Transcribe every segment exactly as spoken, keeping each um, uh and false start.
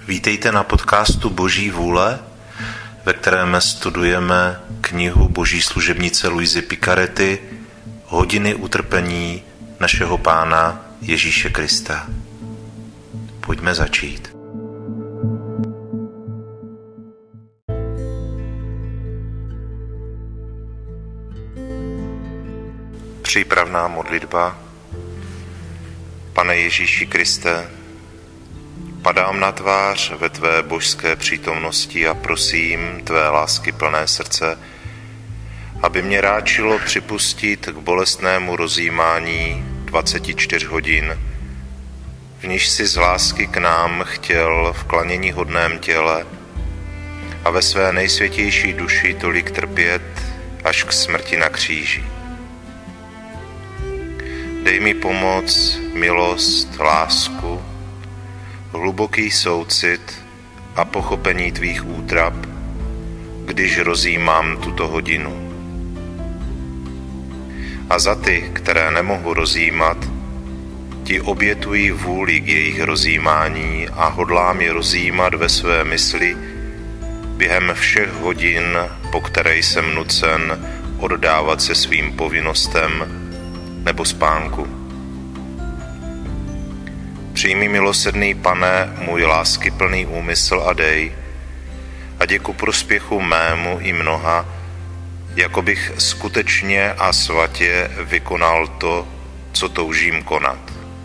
Vítejte na podcastu Boží vůle, ve kterém studujeme knihu Boží služebnice Luisy Picarety Hodiny utrpení našeho Pána Ježíše Krista. Pojďme začít. Přípravná modlitba. Pane Ježíši Kriste, padám na tvář ve tvé božské přítomnosti a prosím tvé lásky plné srdce, aby mě ráčilo připustit k bolestnému rozjímání dvacet čtyři hodin, v níž si z lásky k nám chtěl v klanění hodném těle a ve své nejsvětější duši tolik trpět až k smrti na kříži. Dej mi pomoc, milost, lásku, hluboký soucit a pochopení tvých útrap, když rozjímám tuto hodinu. A za ty, které nemohu rozjímat, ti obětuji vůli k jejich rozjímání a hodlám je rozjímat ve své mysli během všech hodin, po které jsem nucen oddávat se svým povinnostem nebo spánku. Přijmi, milosrdný Pane, můj láskyplný úmysl a dej, ať je ku prospěchu mému i mnoha, jako bych skutečně a svatě vykonal to, co toužím konat.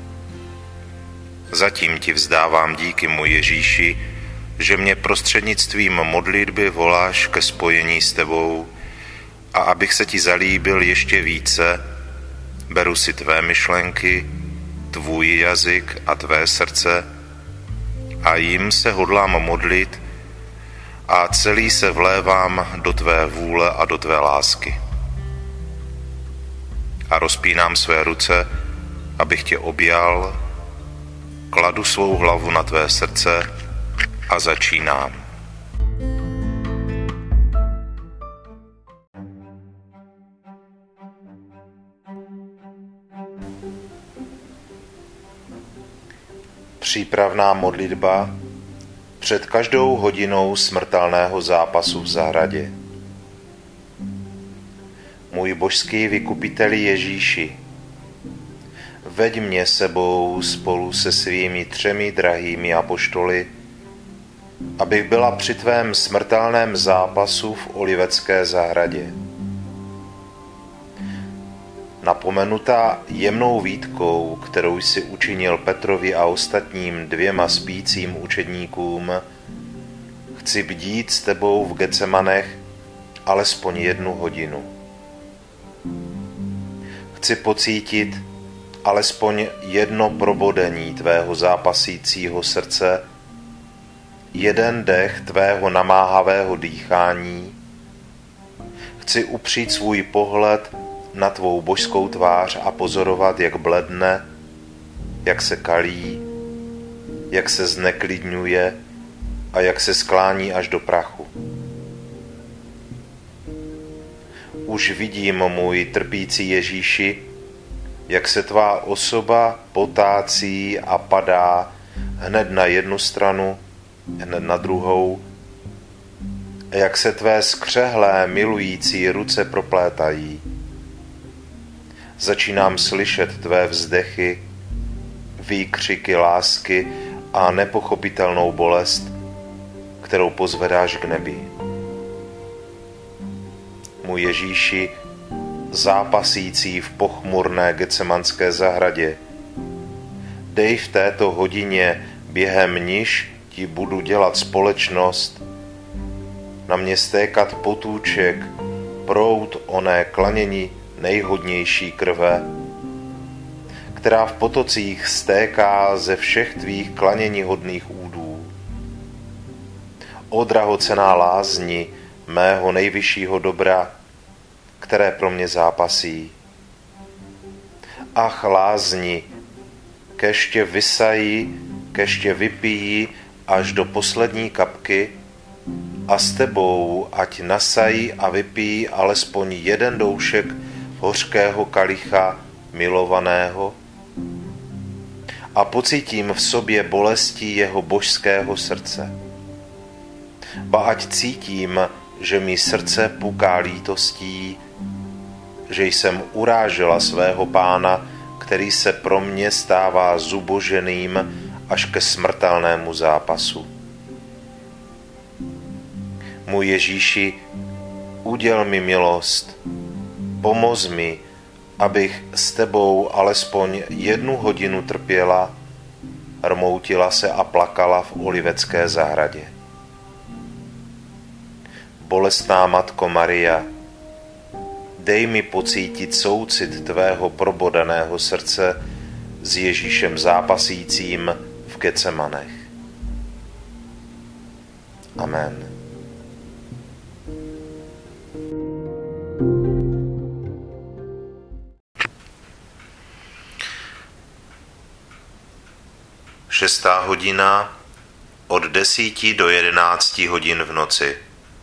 Zatím ti vzdávám díky, můj Ježíši, že mě prostřednictvím modlitby voláš ke spojení s tebou a abych se ti zalíbil ještě více, beru si tvé myšlenky, tvůj jazyk a tvé srdce a jim se hodlám modlit a celý se vlévám do tvé vůle a do tvé lásky. A rozpínám své ruce, abych tě objal, kladu svou hlavu na tvé srdce a začínám. Přípravná modlitba před každou hodinou smrtelného zápasu v zahradě. Můj božský vykupiteli Ježíši, veď mě sebou spolu se svými třemi drahými apoštoly, abych byla při tvém smrtelném zápasu v Olivecké zahradě. Napomenutá jemnou výtkou, kterou jsi učinil Petrovi a ostatním dvěma spícím učedníkům, chci bdít s tebou v Getsemanech alespoň jednu hodinu. Chci pocítit alespoň jedno probodení tvého zápasícího srdce, jeden dech tvého namáhavého dýchání. Chci upřít svůj pohled na tvou božskou tvář a pozorovat, jak bledne, jak se kalí, jak se zneklidňuje a jak se sklání až do prachu. Už vidím, můj trpící Ježíši, jak se tvá osoba potácí a padá hned na jednu stranu, hned na druhou, a jak se tvé skřehlé milující ruce proplétají. Začínám slyšet tvé vzdechy, výkřiky lásky a nepochopitelnou bolest, kterou pozvedáš k nebi. Můj Ježíši, zápasící v pochmurné Getsemanské zahradě, dej v této hodině, během níž ti budu dělat společnost, na mě stékat potůček, proud oné klanění nejhodnější krve, která v potocích stéká ze všech tvých klaněníhodných údů. O drahocenná lázni mého nejvyššího dobra, které pro mě zápasí. Ach, lázni, keště vysají, keště vypijí až do poslední kapky a s tebou ať nasají a vypijí alespoň jeden doušek hořkého kalicha milovaného a pocítím v sobě bolesti jeho božského srdce. Ba ať cítím, že mi srdce puká lítostí, že jsem urážela svého Pána, který se pro mě stává zuboženým až ke smrtelnému zápasu. Můj Ježíši, uděl mi milost, pomoz mi, abych s tebou alespoň jednu hodinu trpěla, rmoutila se a plakala v Olivecké zahradě. Bolestná Matko Maria, dej mi pocítit soucit tvého probodaného srdce s Ježíšem zápasícím v Getsemanech. Amen. Šestá hodina od desíti do jedenácti hodin v noci.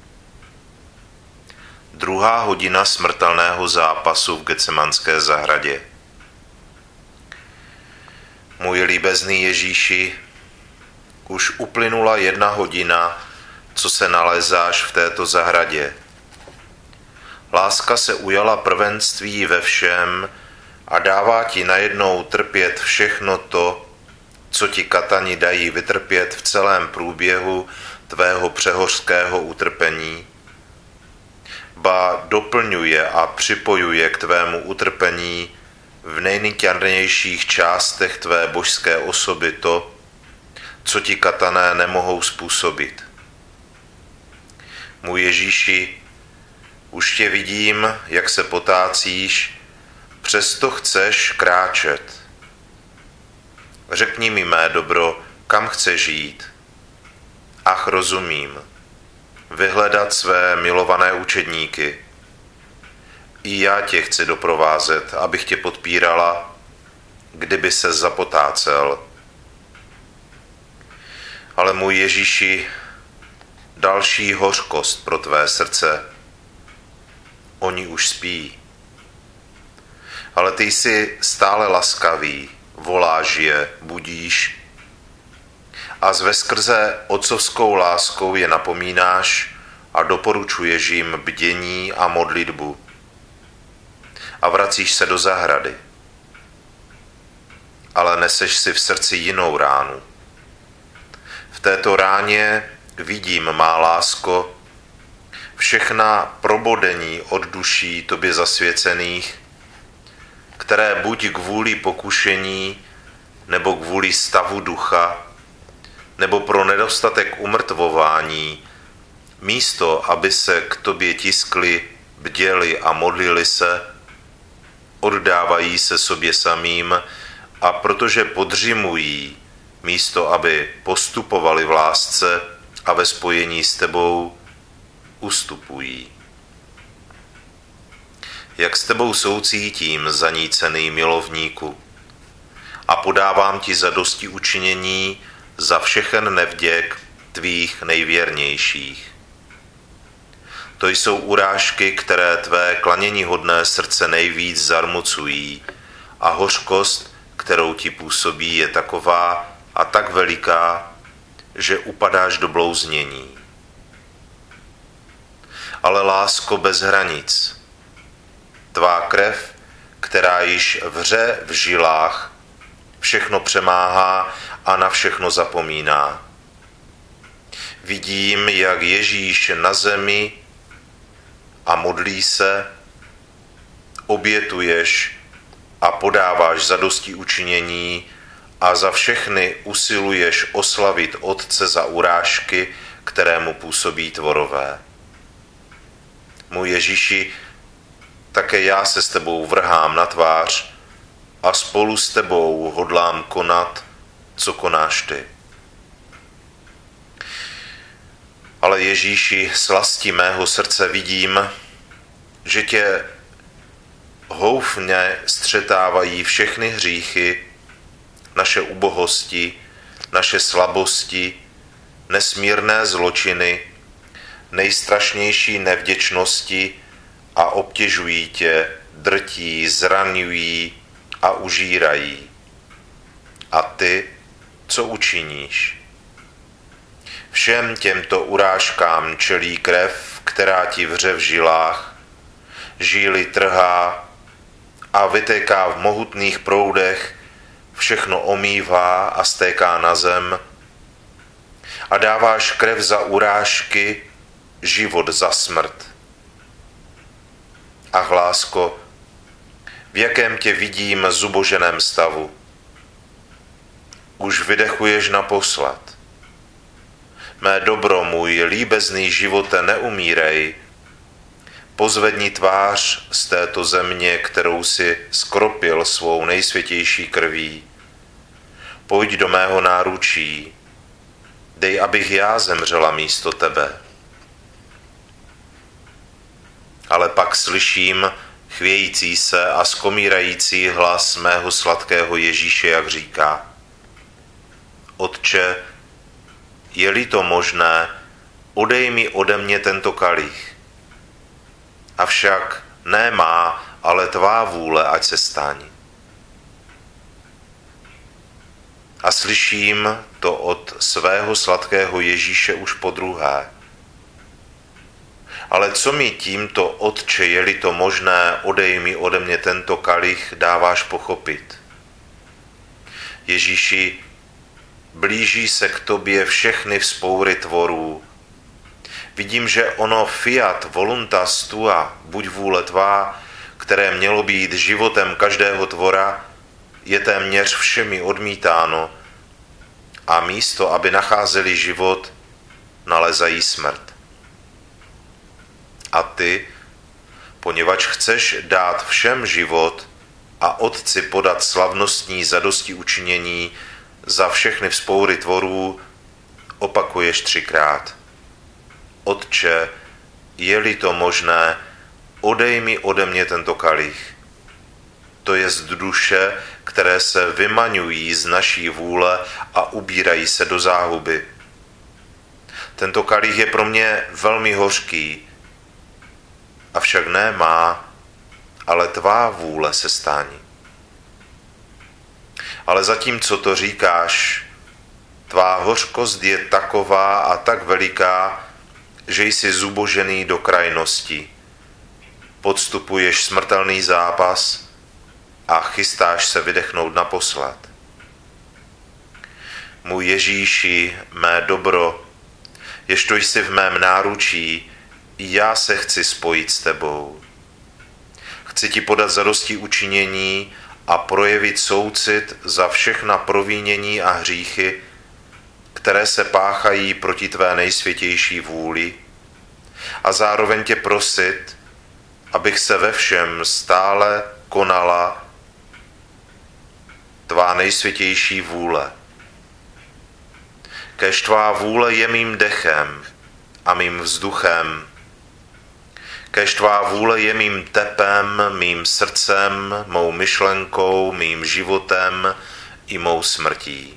Druhá hodina smrtelného zápasu v Getsemanské zahradě. Můj líbezný Ježíši, už uplynula jedna hodina, co se nalezáš v této zahradě. Láska se ujala prvenství ve všem a dává ti najednou trpět všechno to, co ti katani dají vytrpět v celém průběhu tvého přehořského utrpení, ba doplňuje a připojuje k tvému utrpení v nejniťarnějších částech tvé božské osoby to, co ti katané nemohou způsobit. Můj Ježíši, už tě vidím, jak se potácíš, přesto chceš kráčet. Řekni mi, mé dobro, kam chceš jít? Ach, rozumím. Vyhledat své milované učedníky. I já tě chci doprovázet, abych tě podpírala, kdyby se zapotácel. Ale můj Ježíši, další hořkost pro tvé srdce. Oni už spí. Ale ty jsi stále laskavý, voláš je, budíš a zveskrze otcovskou láskou je napomínáš a doporučuješ jim bdění a modlitbu. A vracíš se do zahrady. Ale neseš si v srdci jinou ránu. V této ráně vidím, má lásko, všechna probodení od duší tobě zasvěcených, které buď kvůli pokušení, nebo kvůli stavu ducha, nebo pro nedostatek umrtvování, místo, aby se k tobě tiskli, bděli a modlili se, oddávají se sobě samým a protože podřimují, místo, aby postupovali v lásce a ve spojení s tebou, ustupují. Jak s tebou soucítím, zanícený milovníku, a podávám ti zadosti učinění za všechen nevděk tvých nejvěrnějších. To jsou urážky, které tvé klaněníhodné srdce nejvíc zarmucují a hořkost, kterou ti působí, je taková a tak veliká, že upadáš do blouznění. Ale lásko bez hranic, tvá krev, která již vře v žilách, všechno přemáhá a na všechno zapomíná. Vidím, jak Ježíš na zemi a modlí se, obětuješ a podáváš zadosti učinění a za všechny usiluješ oslavit Otce za urážky, které mu působí tvorové. Můj Ježíši, také já se s tebou vrhám na tvář a spolu s tebou hodlám konat, co konáš ty. Ale Ježíši, slasti mého srdce vidím, že tě houfně střetávají všechny hříchy, naše ubohosti, naše slabosti, nesmírné zločiny, nejstrašnější nevděčnosti a obtěžují tě, drtí, zraňují a užírají. A ty, co učiníš? Všem těmto urážkám čelí krev, která ti vře v žilách, žíly trhá a vytéká v mohutných proudech, všechno omývá a stéká na zem a dáváš krev za urážky, život za smrt. Ach, lásko, v jakém tě vidím zuboženém stavu. Už vydechuješ naposled. Mé dobro, můj líbezný živote, neumírej. Pozvedni tvář z této země, kterou si skropil svou nejsvětější krví. Pojď do mého náručí, dej, abych já zemřela místo tebe. Ale pak slyším chvějící se a skomírající hlas mého sladkého Ježíše, jak říká: Otče, je-li to možné, odej mi ode mě tento kalich. Avšak ne má, ale tvá vůle, ať se stane. A slyším to od svého sladkého Ježíše už podruhé. Ale co mi tímto, Otče, je-li to možné, odej mi ode mě tento kalich, dáváš pochopit? Ježíši, blíží se k tobě všechny vzpoury tvorů. Vidím, že ono fiat voluntas tua, buď vůle tvá, které mělo být životem každého tvora, je téměř všemi odmítáno a místo, aby nacházeli život, nalezají smrt. A ty, poněvadž chceš dát všem život a Otci podat slavnostní zadosti učinění za všechny vzpoury tvorů, opakuješ třikrát: Otče, je-li to možné, odej mi ode mě tento kalich. To je z duše, které se vymaňují z naší vůle a ubírají se do záhuby. Tento kalich je pro mě velmi hořký, avšak ne má, ale tvá vůle se stane. Ale zatímco to říkáš, tvá hořkost je taková a tak veliká, že jsi zubožený do krajnosti. Podstupuješ smrtelný zápas a chystáš se vydechnout naposled. Můj Ježíši, mé dobro, ježto jsi v mém náručí, i já se chci spojit s tebou. Chci ti podat zadosti učinění a projevit soucit za všechna provinění a hříchy, které se páchají proti tvé nejsvětější vůli, a zároveň tě prosit, abych se ve všem stále konala tvá nejsvětější vůle. Kéž tvá vůle je mým dechem a mým vzduchem, kéž tvá vůle je mým tepem, mým srdcem, mou myšlenkou, mým životem i mou smrtí.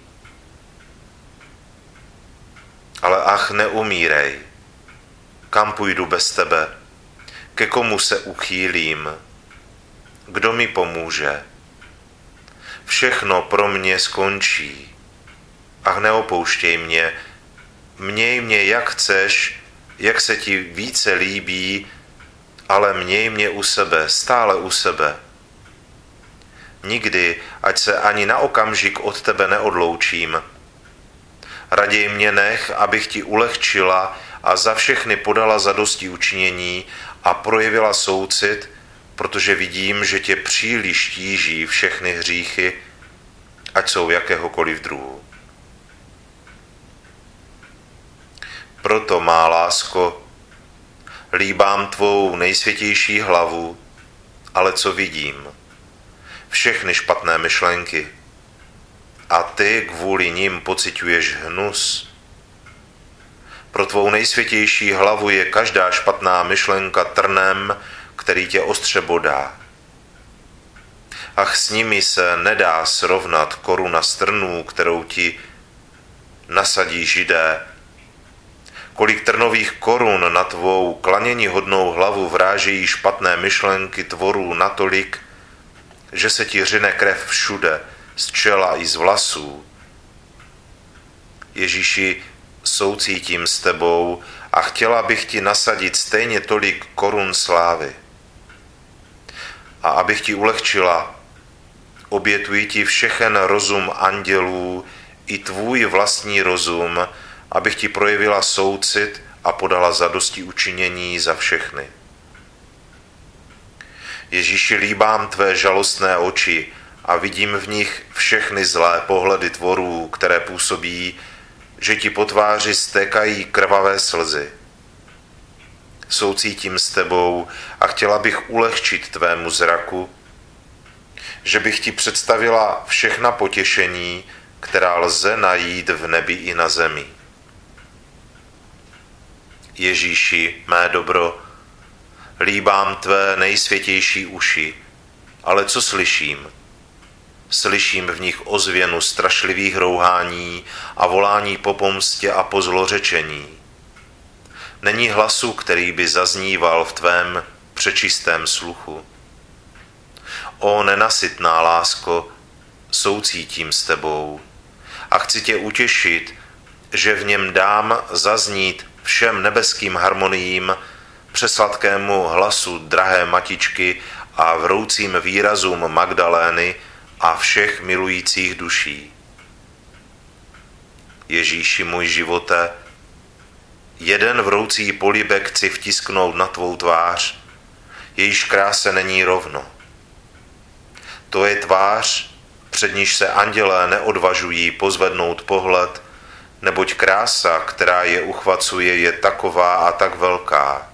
Ale ach, neumírej. Kam půjdu bez tebe? Ke komu se uchýlím? Kdo mi pomůže? Všechno pro mě skončí. Ach, neopouštěj mě. Měj mě, jak chceš, jak se ti více líbí, ale měj mě u sebe, stále u sebe. Nikdy, ať se ani na okamžik od tebe neodloučím. Raději mě nech, abych ti ulehčila a za všechny podala zadosti učinění a projevila soucit, protože vidím, že tě příliš tíží všechny hříchy, ať jsou jakéhokoliv druhu. Proto, má lásko, líbám tvou nejsvětější hlavu, ale co vidím? Všechny špatné myšlenky. A ty kvůli nim pociťuješ hnus. Pro tvou nejsvětější hlavu je každá špatná myšlenka trnem, který tě ostře bodá. Ach, s nimi se nedá srovnat koruna z trnů, kterou ti nasadí Židé. Kolik trnových korun na tvou klaněníhodnou hlavu vrážejí špatné myšlenky tvorů natolik, že se ti řine krev všude, z čela i z vlasů. Ježíši, soucítím s tebou a chtěla bych ti nasadit stejně tolik korun slávy. A abych ti ulehčila, obětuji ti všechen rozum andělů i tvůj vlastní rozum, abych ti projevila soucit a podala zadosti učinění za všechny. Ježíši, líbám tvé žalostné oči a vidím v nich všechny zlé pohledy tvorů, které působí, že ti po tváři stékají krvavé slzy. Soucítím s tebou a chtěla bych ulehčit tvému zraku, že bych ti představila všechna potěšení, která lze najít v nebi i na zemi. Ježíši, mé dobro, líbám tvé nejsvětější uši, ale co slyším? Slyším v nich ozvěnu strašlivých rouhání a volání po pomstě a po zlořečení. Není hlasu, který by zazníval v tvém přečistém sluchu. O nenasytná lásko, soucítím s tebou a chci tě utěšit, že v něm dám zaznít všem nebeským harmoniím, přesladkému hlasu drahé matičky a vroucím výrazům Magdalény a všech milujících duší. Ježíši, můj živote, jeden vroucí polibek chci vtisknout na tvou tvář, jejíž kráse není rovno. To je tvář, před níž se andělé neodvažují pozvednout pohled, neboť krása, která je uchvacuje, je taková a tak velká.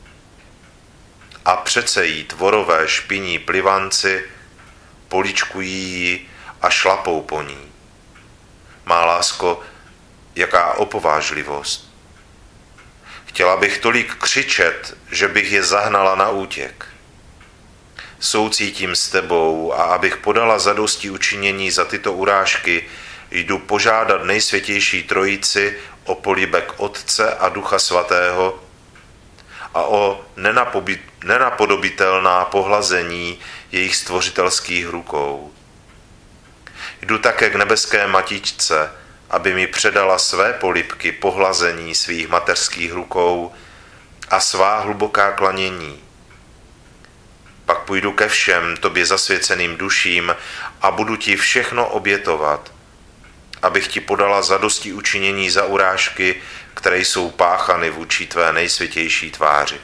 A přece jí tvorové špiní plivanci poličkují ji a šlapou po ní. Má lásko, jaká opovážlivost. Chtěla bych tolik křičet, že bych je zahnala na útěk. Soucítím s tebou a abych podala zadosti učinění za tyto urážky, jdu požádat nejsvětější trojici o polibek Otce a Ducha Svatého a o nenapodobitelná pohlazení jejich stvořitelských rukou. Jdu také k nebeské matičce, aby mi předala své polibky pohlazení svých mateřských rukou a svá hluboká klanění. Pak půjdu ke všem tobě zasvěceným duším a budu ti všechno obětovat, abych ti podala zadosti učinění za urážky, které jsou páchany vůči tvé nejsvětější tváři.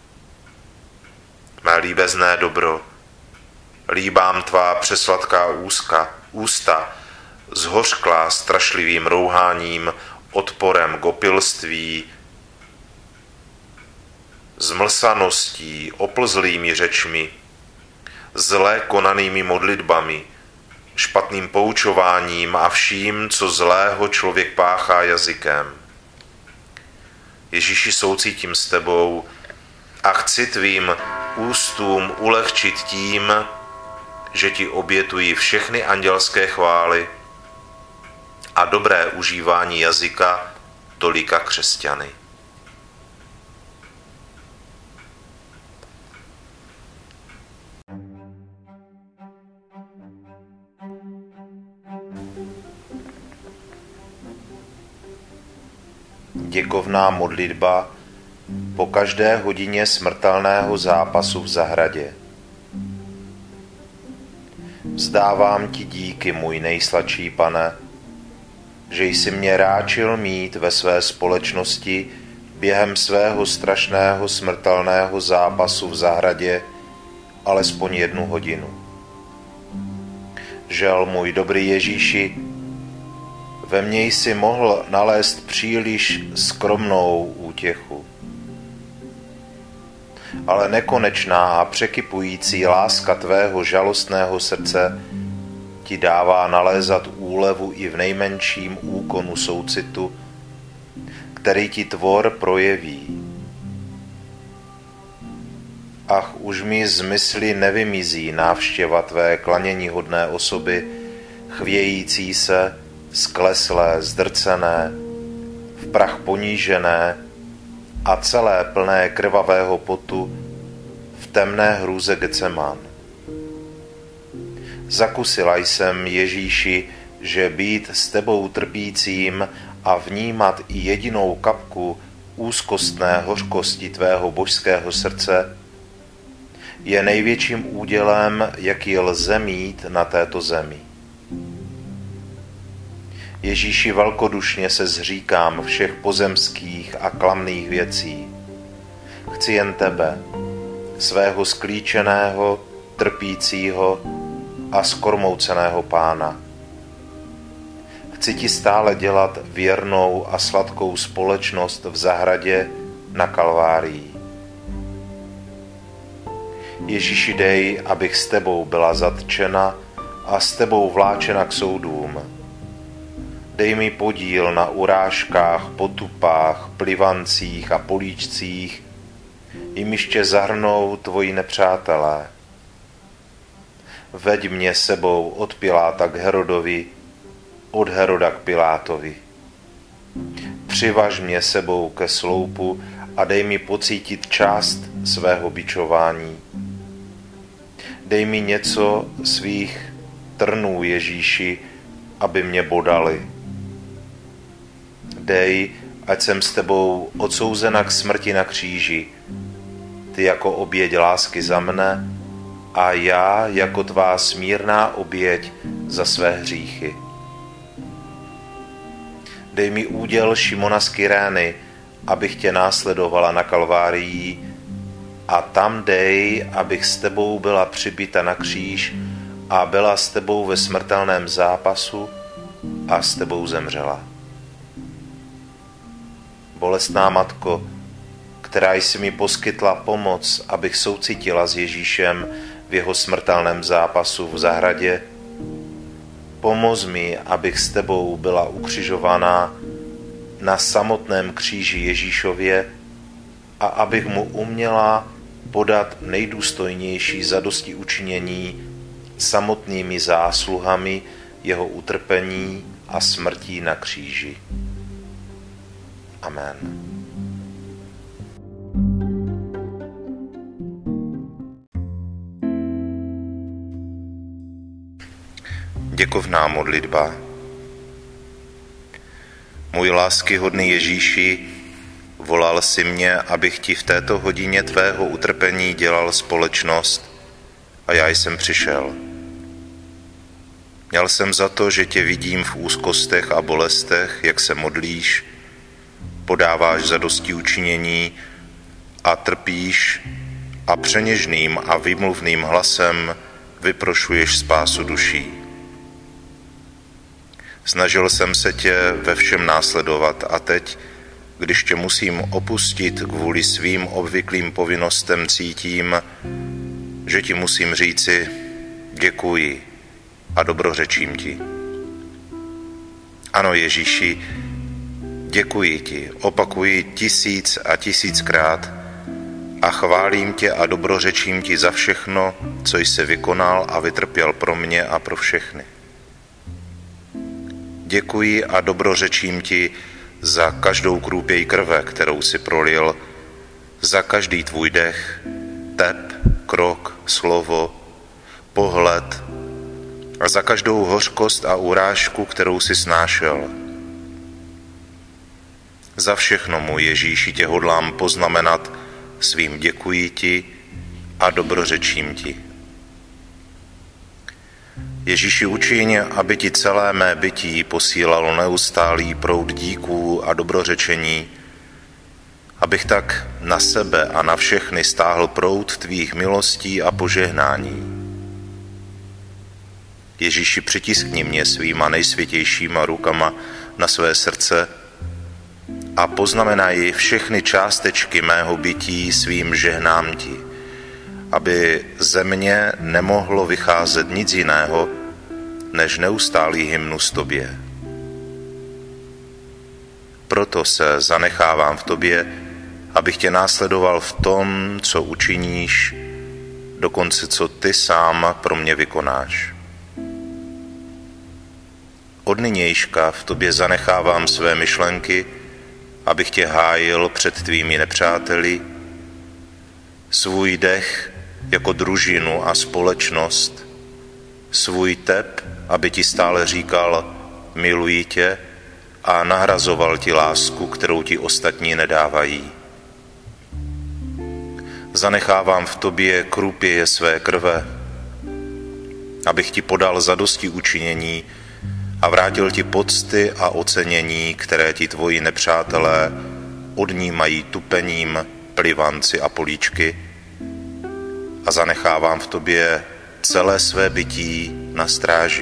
Mé líbezné dobro, líbám tvá přesladká úzka, ústa, zhořklá strašlivým rouháním, odporem k opilství, zmlsaností, oplzlými řečmi, zlé konanými modlitbami, špatným poučováním a vším, co zlého člověk páchá jazykem. Ježíši, soucítím s tebou a chci tvým ústům ulehčit tím, že ti obětuji všechny andělské chvály a dobré užívání jazyka tolika křesťany. Děkovná modlitba po každé hodině smrtelného zápasu v zahradě. Vzdávám ti díky, můj nejsladší Pane, že jsi mě ráčil mít ve své společnosti během svého strašného smrtelného zápasu v zahradě alespoň jednu hodinu. Žel, můj dobrý Ježíši, ve mně jsi mohl nalézt příliš skromnou útěchu. Ale nekonečná a překypující láska tvého žalostného srdce ti dává nalézat úlevu i v nejmenším úkonu soucitu, který ti tvor projeví. Ach, už mi z mysli nevymizí návštěva tvé klaněníhodné osoby, chvějící se, skleslé, zdrcené, v prach ponížené a celé plné krvavého potu v temné hrůze Getseman. Zakusila jsem, Ježíši, že být s tebou trpícím a vnímat i jedinou kapku úzkostné hořkosti tvého božského srdce je největším údělem, jaký lze mít na této zemi. Ježíši, velkodušně se zříkám všech pozemských a klamných věcí. Chci jen tebe, svého sklíčeného, trpícího a skormouceného Pána. Chci ti stále dělat věrnou a sladkou společnost v zahradě na Kalvárii. Ježíši, dej, abych s tebou byla zatčena a s tebou vláčena k soudům. Dej mi podíl na urážkách, potupách, plivancích a políčcích, jimiž tě zahrnou tvoji nepřátelé. Veď mě sebou od Piláta k Herodovi, od Heroda k Pilátovi. Přivaž mě sebou ke sloupu a dej mi pocítit část svého bičování. Dej mi něco svých trnů, Ježíši, aby mě bodali. Dej, ať jsem s tebou odsouzena k smrti na kříži, ty jako oběť lásky za mne a já jako tvá smírná oběť za své hříchy. Dej mi úděl Šimona z Kyrény, abych tě následovala na Kalvárii, a tam dej, abych s tebou byla přibita na kříž a byla s tebou ve smrtelném zápasu a s tebou zemřela. Bolestná matko, která jsi mi poskytla pomoc, abych soucítila s Ježíšem v jeho smrtelném zápasu v zahradě, pomoz mi, abych s tebou byla ukřižovaná na samotném kříži Ježíšově a abych mu uměla podat nejdůstojnější zadosti učinění samotnými zásluhami jeho utrpení a smrtí na kříži. Amen. Děkovná modlitba. Můj láskyhodný Ježíši, volal jsi mě, abych ti v této hodině tvého utrpení dělal společnost, a já jsem přišel. Měl jsem za to, že tě vidím v úzkostech a bolestech, jak se modlíš, podáváš zadosti učinění a trpíš a přeněžným a výmluvným hlasem vyprošuješ spásu duší. Snažil jsem se tě ve všem následovat a teď, když tě musím opustit kvůli svým obvyklým povinnostem, cítím, že ti musím říci děkuji a dobrořečím ti. Ano, Ježíši, děkuji ti, opakuji tisíc a tisíckrát a chválím tě a dobrořečím ti za všechno, co jsi vykonal a vytrpěl pro mě a pro všechny. Děkuji a dobrořečím ti za každou krůpěj krve, kterou si prolil, za každý tvůj dech, tep, krok, slovo, pohled a za každou hořkost a urážku, kterou si snášel. Za všechno, můj Ježíši, tě hodlám poznamenat svým děkuji ti a dobrořečím ti. Ježíši, učiň, aby ti celé mé bytí posílalo neustálý proud díků a dobrořečení, abych tak na sebe a na všechny stáhl proud tvých milostí a požehnání. Ježíši, přitiskni mě svýma nejsvětějšíma rukama na své srdce a poznamenaj všechny částečky mého bytí svým žehnám ti, aby ze mě nemohlo vycházet nic jiného, než neustálý hymnus tobě. Proto se zanechávám v tobě, abych tě následoval v tom, co učiníš, dokonce co ty sám pro mě vykonáš. Od nynějška v tobě zanechávám své myšlenky, abych tě hájil před tvými nepřáteli, svůj dech jako družinu a společnost, svůj tep, aby ti stále říkal, miluji tě, a nahrazoval ti lásku, kterou ti ostatní nedávají. Zanechávám v tobě krupěje své krve, abych ti podal zadosti učinění a vrátil ti pocty a ocenění, které ti tvoji nepřátelé odnímají tupením, plivanci a políčky, a zanechávám v tobě celé své bytí na stráži.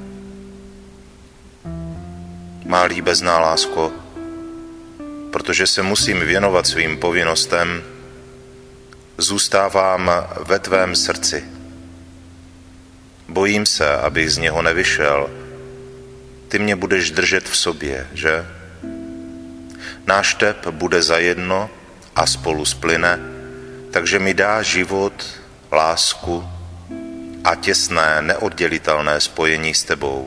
Má líbezná lásko, protože se musím věnovat svým povinnostem, zůstávám ve tvém srdci. Bojím se, abych z něho nevyšel. Ty mě budeš držet v sobě, že? Náš tep bude zajedno a spolu splyne, takže mi dá život, lásku a těsné, neoddělitelné spojení s tebou.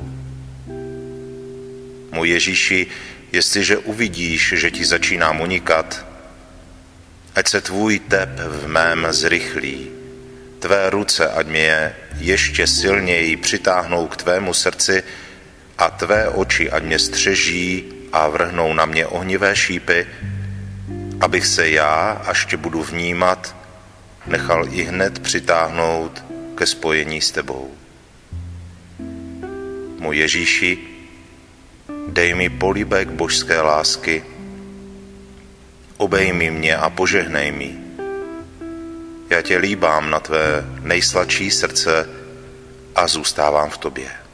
Můj Ježíši, jestliže uvidíš, že ti začínám unikat, ať se tvůj tep v mém zrychlí. Tvé ruce, ať mě ještě silněji přitáhnou k tvému srdci a tvé oči, ať mě střeží a vrhnou na mě ohnivé šípy, abych se já, až tě budu vnímat, nechal i hned přitáhnout ke spojení s tebou. Můj Ježíši, dej mi polibek božské lásky, obejmi mě a požehnej mi. Já tě líbám na tvé nejsladší srdce a zůstávám v tobě.